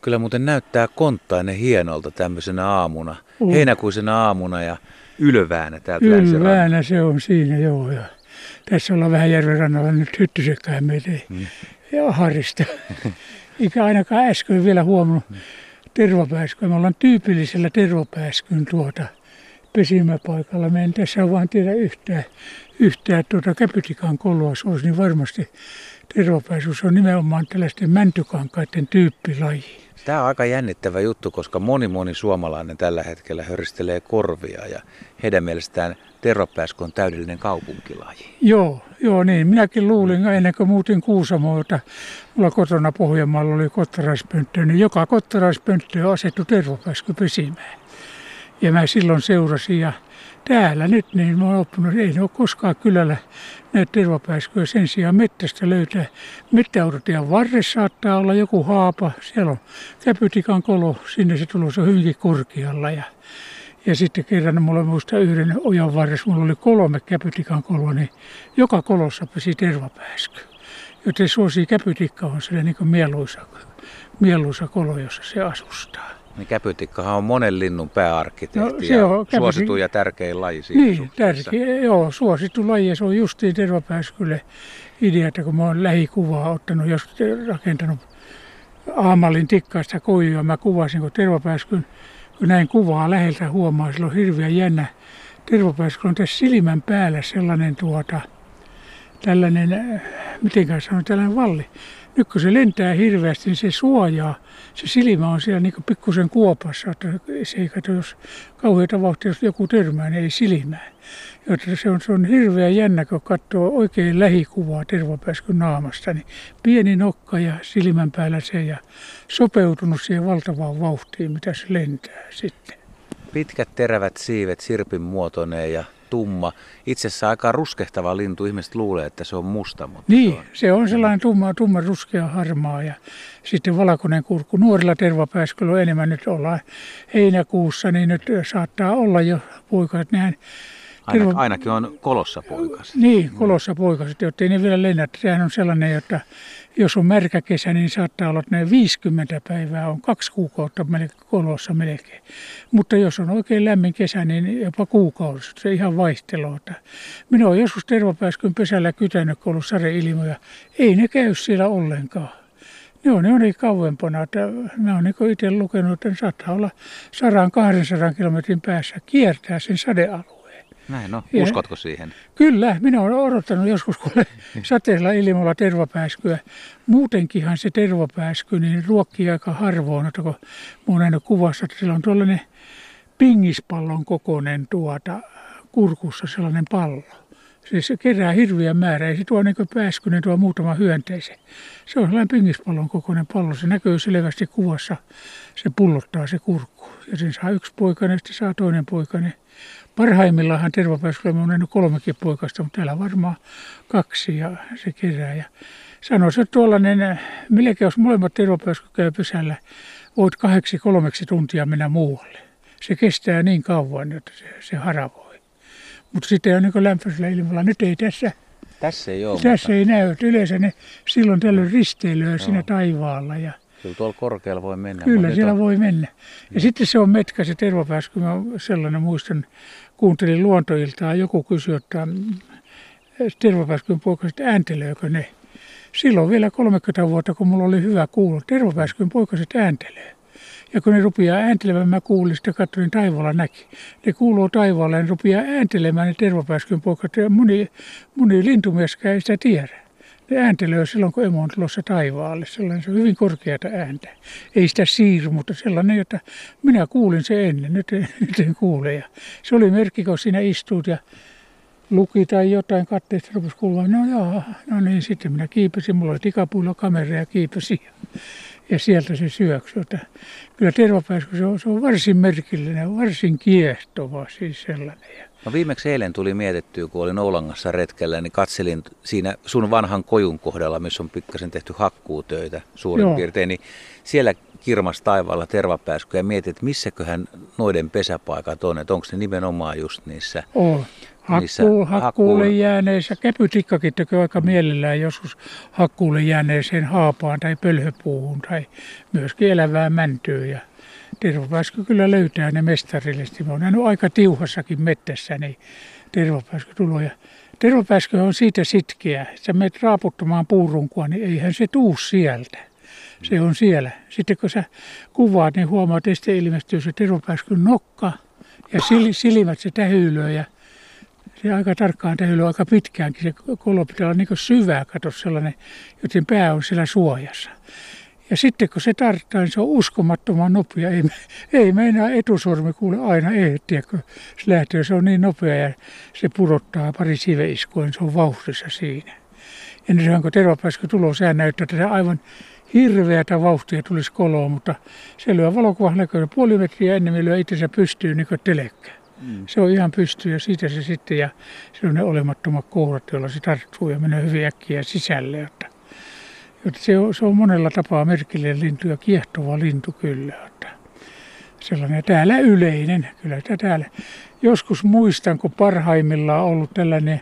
Kyllä muuten näyttää Konttainen hienolta tämmöisenä aamuna, heinäkuisena aamuna ja ylväänä täältä länsirannalta. Ylväänä se on siinä, joo. Ja tässä ollaan vähän järven rannalla nyt hyttysekään meitä ja harista. Eikä ainakaan äsken vielä huomannut tervapääskyä. Me ollaan tyypillisellä tervapääskyn pesimäpaikalla. Me en tässä vaan tiedä yhtään käpytikan koloa. Se olisi niin varmasti tervapääsky. Se on nimenomaan tällaisten mäntykankaiden tyyppilaji. Tämä on aika jännittävä juttu, koska moni suomalainen tällä hetkellä höristelee korvia ja heidän mielestään tervapääsky on täydellinen kaupunkilaji. Joo, niin. Minäkin luulin ennen kuin muutin Kuusamoon, että mulla kotona Pohjanmaalla oli kottaraispönttö, niin joka kottaraispönttöön asettui tervapääsky pesimään. Ja mä silloin seurasin ja täällä nyt niin mä oon oppinut, että ei ne ole koskaan kylällä näitä tervapääskyjä. Sen sijaan mettästä löytää. Mettäautotien varressa saattaa olla joku haapa. Siellä on käpytikan kolo, sinne se tulos on hyvinkin korkealla. Ja sitten kerran mulla muistan yhden ojan varressa, mulla oli 3 käpytikan koloa, niin joka kolossa pesi tervapääsky. Joten suosi käpytikka on sellainen niin mieluisa kolo, jossa se asustaa. Niin käpytikkahan on monen linnun pääarkkitehti ja suosituin ja tärkein laji siinä niin, suosittu laji. Se on justiin tervapääskylle idea, että kun mä oon lähikuvaa ottanut, jos rakentanut Aamalin tikkaista koijua, mä kuvasin, kun tervapääskyn, kun näin kuvaa läheltä huomaa, sillä on hirveän jännä. Tervapääsky on tässä silmän päällä sellainen tällainen, mitenkään sanon, tällainen valli. Nyt kun se lentää hirveästi, niin se suojaa. Se silmä on siellä niin kuin pikkusen kuopassa, että se ei katso, jos kauheita vauhtia, jos joku törmää, niin ei silmää. Joten se on hirveän jännä, kun katsoo oikein lähikuvaa tervapääskyn naamasta. Niin pieni nokka ja silmän päällä se ja sopeutunut siihen valtavaan vauhtiin, mitä se lentää sitten. Pitkät terävät siivet, sirpin muotoinen ja tumma. Itse asiassa aika ruskehtava lintu. Ihmiset luulee, että se on musta. Mutta niin, se on sellainen tumma ruskea harmaa ja sitten valkoinen kurkku. Nuorilla tervapääskyllä on enemmän, nyt ollaan heinäkuussa, niin nyt saattaa olla jo poikaset. Ainakin on kolossa poikaset. Niin, kolossa poikaset, jotta ei ne vielä lennä. Sehän on sellainen, että jos on märkä kesä, niin saattaa olla, että ne 50 päivää on 2 kuukautta kolossa melkein. Mutta jos on oikein lämmin kesä, niin jopa kuukausi. Se ihan vaihtelua. Minä olen joskus tervapääskyn pesällä kytänyt, kun on ollut sadeilmoja. Ei ne käy siellä ollenkaan. Ne on niin kauempana, että mä oon niin itse lukenut, että ne saattaa olla 100-200 kilometrin päässä kiertää sen sadealueen. Näin, no. Uskotko siihen? Kyllä, minä olen odottanut joskus, kun sateella ilmalla tervapääskyä. Muutenkinhan se tervapääsky niin ruokkii aika harvoin, että kun mä oon nähnyt kuvassa, että sillä on tuollainen pingispallon kokoinen kurkussa sellainen pallo. Se kerää hirveän määrä, ei se tuo niin pääsky, niin tuo muutama hyönteisen. Se on sellainen pingispallon kokoinen pallo, se näkyy selvästi kuvassa, se pullottaa se kurkku. Ja sen saa yksi poikainen, sitten saa toinen poikainen. Parhaimmillaan tervapääskyllä on nähnyt 3 poikasta, mutta täällä varmaan 2 ja se kerää. Ja sanoisin, että tuollainen, melkein jos molemmat tervapääskyt käy pesällä, voit 2-3 tuntia mennä muualle. Se kestää niin kauan, että se haravoi. Mutta sitten on niin lämpöisellä ilmalla. Nyt ei Tässä ei ole. Tässä ei näy. Yleensä ne silloin tällöin risteilyä siinä taivaalla. Ja kyllä tuolla korkealla voi mennä. Kyllä siellä voi mennä. Ja sitten se on metkä se tervapääsky. Mä sellainen muistan, kuuntelin Luontoiltaa. Joku kysyi, että tervapääskyn poikaset ääntelöökö ne. Silloin vielä 30 vuotta, kun mulla oli hyvä kuulla. Tervapääskyn poikaset ääntelöö. Ja kun ne rupeaa ääntelemään, mä kuulin, sitten katsoin taivaalla näki. Ne kuuluu taivaalle ja ne rupeaa ääntelemään ne tervapääskyn poikaset. Ja moni lintumieskään ei sitä tiedä. Ne ääntelöö silloin, kun emo on tulossa taivaalle. Sellainen se on hyvin korkeata ääntä. Ei sitä siirry, mutta sellainen, jota minä kuulin se ennen. Nyt en kuule. Ja se oli merkki, kun siinä istuut ja luki tai jotain katteesta rupesi kuulumaan. No niin, sitten minä kiipesin. Mulla oli tikapuilla kamera ja kiipesin. Ja sieltä se syöksyi. Kyllä tervapääsky se on varsin merkillinen, varsin kiehtova siis sellainen. No viimeksi eilen tuli mietittyä, kun olin Oulangassa retkellä, niin katselin siinä sun vanhan kojun kohdalla, missä on pikkasen tehty hakkuutöitä suurin piirtein, niin siellä kirmas taivaalla tervapääsky ja mietin, että missäköhän noiden pesäpaikat on, että onko ne nimenomaan just niissä Hakkuulle jääneissä. Käpytikkakin tekee aika mielellään joskus hakkuulle jääneeseen haapaan tai pölhöpuuhun tai myöskin elävää mäntyä. Ja tervapääskö kyllä löytää ne mestarillisesti. Mä oon nähnyt aika tiuhassakin mettässä niin tervapääskytuloja. Tervapääskö on siitä sitkeä. Sä menet raaputtamaan puurunkua, niin eihän se tuu sieltä. Se on siellä. Sitten kun sä kuvaat, niin huomaat, että ilmestyy se tervapääskyn nokka ja silmät se tähyilöö ja se aika tarkkaan tähyilöö aika pitkäänkin. Se kolo pitää olla niin kuin syvää, kato sellainen, joten pää on siellä suojassa. Ja sitten kun se tarttaa, niin se on uskomattoman nopea. Ei meinaa etusormi kuule aina ehtiä, kun se lähtee. Se on niin nopea ja se pudottaa pari siveiskua, niin se on vauhdissa siinä. Ja nyt kun tervapääskö tulee, sehän näyttää tätä aivan hirveätä vauhtia tulisi koloon, mutta se lyö valokuvan näköinen 0,5 metriä ennen lyö itsensä pystyyn niin kuin telekkä. Se on ihan pystyy ja siitä se sitten ja se on ne olemattomat kohdat, joilla se tarttuu ja menee hyvin äkkiä sisälle. Jotta se on monella tapaa merkillinen lintu ja kiehtova lintu kyllä. Jotta sellainen täällä yleinen, kyllä täällä. Joskus muistan, kun parhaimmillaan on ollut tällainen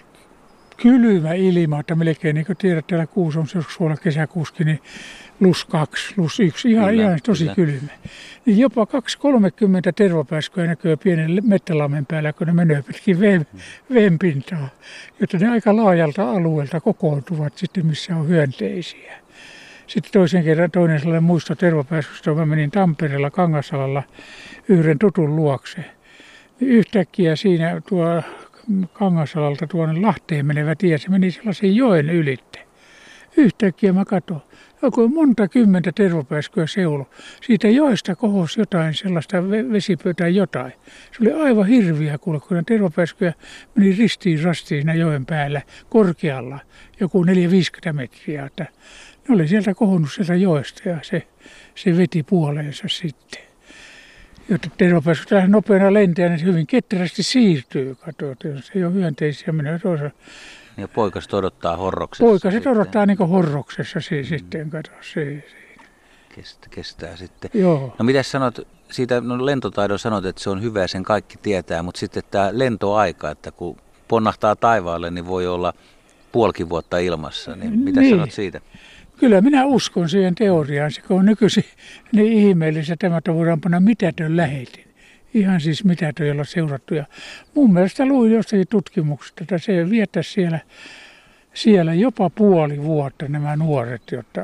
kylmä ilma, että melkein niin kuin tiedät, täällä kuusi on suolla kesäkuuski, niin +2, +1, ihan tosi kylmä. Niin jopa 230 tervapääskyä näkyy pienen mettälammen päällä, kun ne menee pitkin veen pintaa, jotta ne aika laajalta alueelta kokoontuvat sitten, missä on hyönteisiä. Sitten toinen sellainen muisto tervapääskystä, mä menin Tampereella Kangasalalla yhden tutun luokse. Niin yhtäkkiä siinä tuo Kangasalalta tuonne Lahteen menevä tie, se meni sellaisen joen ylitte. Yhtäkkiä mä katson, joku monta kymmentä tervapääskyä seulo. Siitä joesta kohosi jotain sellaista vesipöytää jotain. Se oli aivan hirviä kuule, kun tervapääskyä meni ristiin rastiin siinä joen päällä korkealla, joku 450 metriä. Että ne oli sieltä kohonnut sieltä joesta ja se veti puoleensa sitten. Jotta tervapääsky tähän nopeana lentää, niin se hyvin ketterästi siirtyy. Katsotaan, jos ei ole hyönteisiä, menee toisella. Ja poikaset odottaa horroksessa. Poikaset odottaa niin kuin horroksessa sitten, kato se. Kestää sitten. Joo. No mitä sanot, siitä lentotaidon sanot, että se on hyvä, sen kaikki tietää, mutta sitten tämä lentoaika, että kun ponnahtaa taivaalle, niin voi olla puolikin vuotta ilmassa, niin mitä sanot siitä? Kyllä minä uskon siihen teoriaan, se on nykyisin niin ihmeellistä tämä, että voidaan panna mitätön lähetin. Ihan siis mitätön, jolla on seurattu. Ja mun mielestä luin jostakin tutkimuksesta, että se viettäisi siellä jopa puoli vuotta nämä nuoret, jotta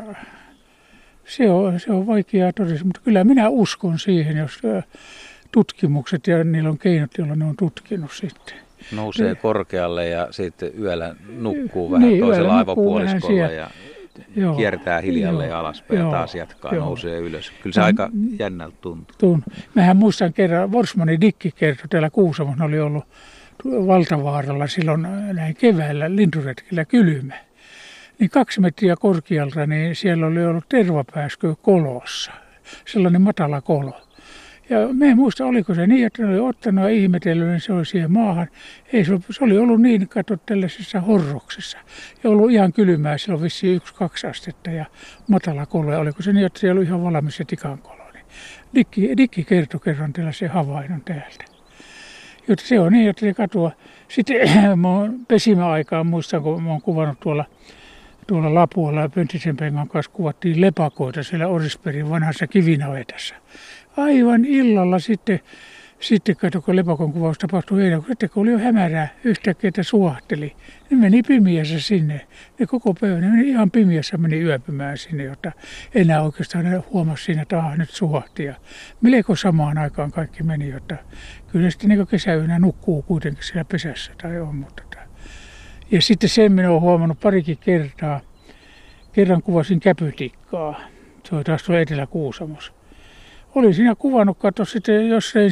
se on vaikeaa todella. Mutta kyllä minä uskon siihen, jos tutkimukset ja niillä on keinot, joilla ne on tutkinut sitten. Nousee korkealle ja sitten yöllä nukkuu vähän toisella aivopuoliskolla ja kiertää hiljalleen alaspäin ja taas jatkaa, nousee ylös. Kyllä se aika jännältä tuntuu. Mähän muistan kerran, Forsmanin Dikki kertoi täällä Kuusamossa, oli ollut Valtavaaralla silloin näin keväällä linturetkellä kylmä. Niin 2 metriä korkealta, niin siellä oli ollut tervapääskö kolossa, sellainen matala kolo. Ja me en muista, oliko se niin, että ne oli ottanut ja ihmetellyt, niin se oli siihen maahan. Ei, se oli ollut niin, kato, tällaisessa horroksessa. Ja ollut ihan kylmää, silloin vissiin 1-2 astetta ja matala kolo. Ja oliko se niin, että se oli ihan valmis se tikankolo. Niin Dikki kertoi kerran tällaisen havainnon täältä. Jotta se on niin, että se katoaa. Sitten pesimäaikaan muistan, kun mä oon kuvannut tuolla Lapualla ja Pönttisen Pengan kanssa kuvattiin lepakoita siellä Orisperin vanhassa kivinavetassa. Aivan illalla sitten kato, kun lepakon kuvaus tapahtui eilen, kun oli jo hämärää yhtäkkiä, että suohteli. Ne meni pimiässä sinne. Ne koko päivän ne meni ihan pimiässä meni yöpymään sinne, jotta enää oikeastaan ne huomasi siinä, että nyt suohti. Ja melko samaan aikaan kaikki meni, jotta kyllä sitten niin kesäyönä nukkuu kuitenkin siellä pesässä tai on. Ja sitten sen minä olen huomannut parikin kertaa. Kerran kuvasin käpytikkaa. Se oli taas tuolla Etelä-Kuusamossa. Olin siinä kuvannut, katso sitten jossain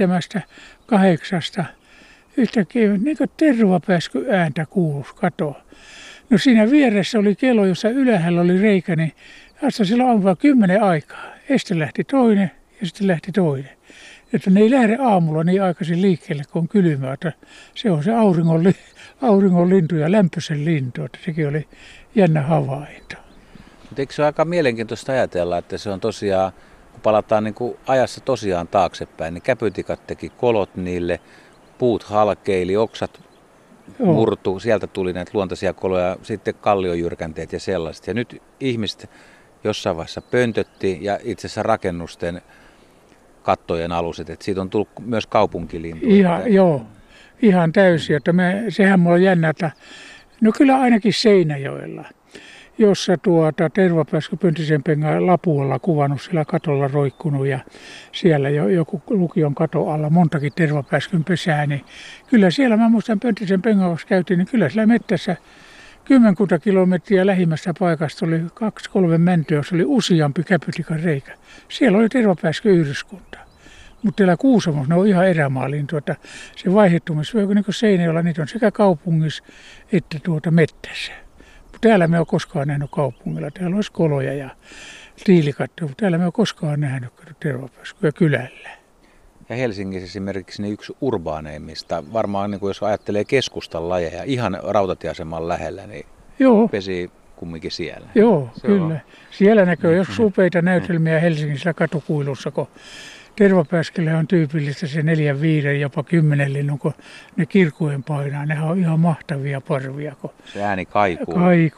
7-8. Yhtäkkiä niin kuin tervapääskyn ääntä kuuluisi katoa. No siinä vieressä oli kello, jossa ylhäällä oli reikä, niin vasta silloin aamulla 10 aikaa. Este lähti toinen ja sitten lähti toinen. Että ne ei lähde aamulla niin aikaisin liikkeelle, kun on kylmää. Että se on se auringon lintu ja lämpöisen lintu. Että sekin oli jännä havainto. Mutta eikö se ole aika mielenkiintoista ajatella, että se on tosiaan, kun palataan niin kuin ajassa tosiaan taaksepäin, niin käpytikat teki kolot niille, puut halkeili, oksat murtu, sieltä tuli näitä luontaisia koloja, sitten kalliojyrkänteet ja sellaiset. Ja nyt ihmiset jossain vaiheessa pöntötti ja itse asiassa rakennusten kattojen aluset, että siitä on tullut myös kaupunkilintuja. Joo, ihan täysin. Että sehän mulla on jännä, että no kyllä ainakin Seinäjoella, jossa tervapääskö Pöntisen Penga Lapualla kuvannut, sillä katolla roikkunut ja siellä joku lukion kato alla montakin tervapääskön pesää, niin kyllä siellä, mä muistan Pöntisen Pengan käytiin, niin kyllä siellä mettässä 10 kilometriä lähimmästä paikasta oli 2-3 mäntyä, jossa oli useampi käpytikan reikä. Siellä oli tervapääsköyhdyskunta. Mutta täällä Kuusamossa ne on ihan erämaalintu, että se vaihdettumisvyö, niin kuin Seinäjoella, niitä on sekä kaupungissa että mettässä. Mutta täällä me ei ole koskaan nähnyt kaupungilla. Täällä olisi koloja ja tiilikattoja, mutta täällä me ei ole koskaan nähnyt tervapääskyä kylällä. Ja Helsingissä esimerkiksi niin yksi urbaaneimmista, varmaan niin kuin jos ajattelee keskustan lajeja, ihan rautatieaseman lähellä, niin pesi kumminkin siellä. Joo, se kyllä. On. Siellä näkyy joskus upeita näytelmiä Helsingissä katukuilussa, kun tervapääskille on tyypillistä se 4-5, jopa 10 linnun, kun ne kirkujen painaa. Nehän on ihan mahtavia parvia. Kun se ääni kaikuu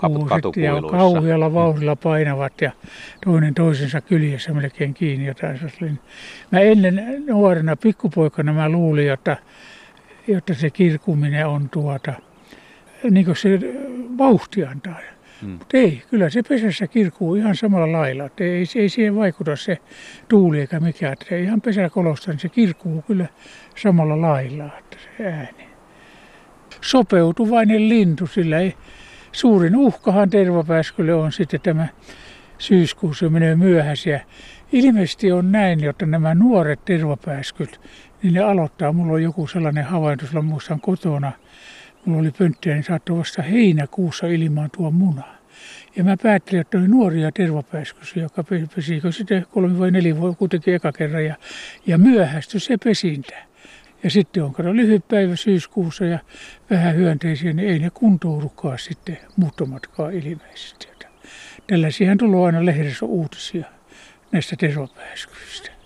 ja kauhealla vauhdilla painavat ja toinen toisensa kyljessä melkein kiinni jotain. Mä ennen nuorena pikkupoikana mä luulin, jotta se kirkuminen on niin kuin se vauhti antaa. Mutta ei, kyllä se pesässä kirkuu ihan samalla lailla. Että ei siihen vaikuta se tuuli eikä mikään. Että se ihan pesäkolosta, niin se kirkuu kyllä samalla lailla, että se ääni. Sopeutuvainen lintu, sillä ei. Suurin uhkahan tervapääskylle on sitten tämä syyskuussa menee myöhäisiä. Ilmeisesti on näin, jotta nämä nuoret tervapääskyt, niin ne aloittaa. Mulla on joku sellainen havainto, sillä muistan kotona. Mulla oli pönttiä, niin saattoi vasta heinäkuussa ilmaantua muna. Ja mä päättelin, että oli nuoria tervapääskysiä, joka pesikö sitten 3 vai 4 vuotta kuitenkin eka kerran. Ja myöhästyi se pesintä. Ja sitten on lyhyt päivä syyskuussa ja vähän hyönteisiä, niin ei ne kuntoudukaan sitten muuttomatkaa ilmeisesti. Tällaisiahan tulee aina lehdessä uutisia näistä tervapääskyistä.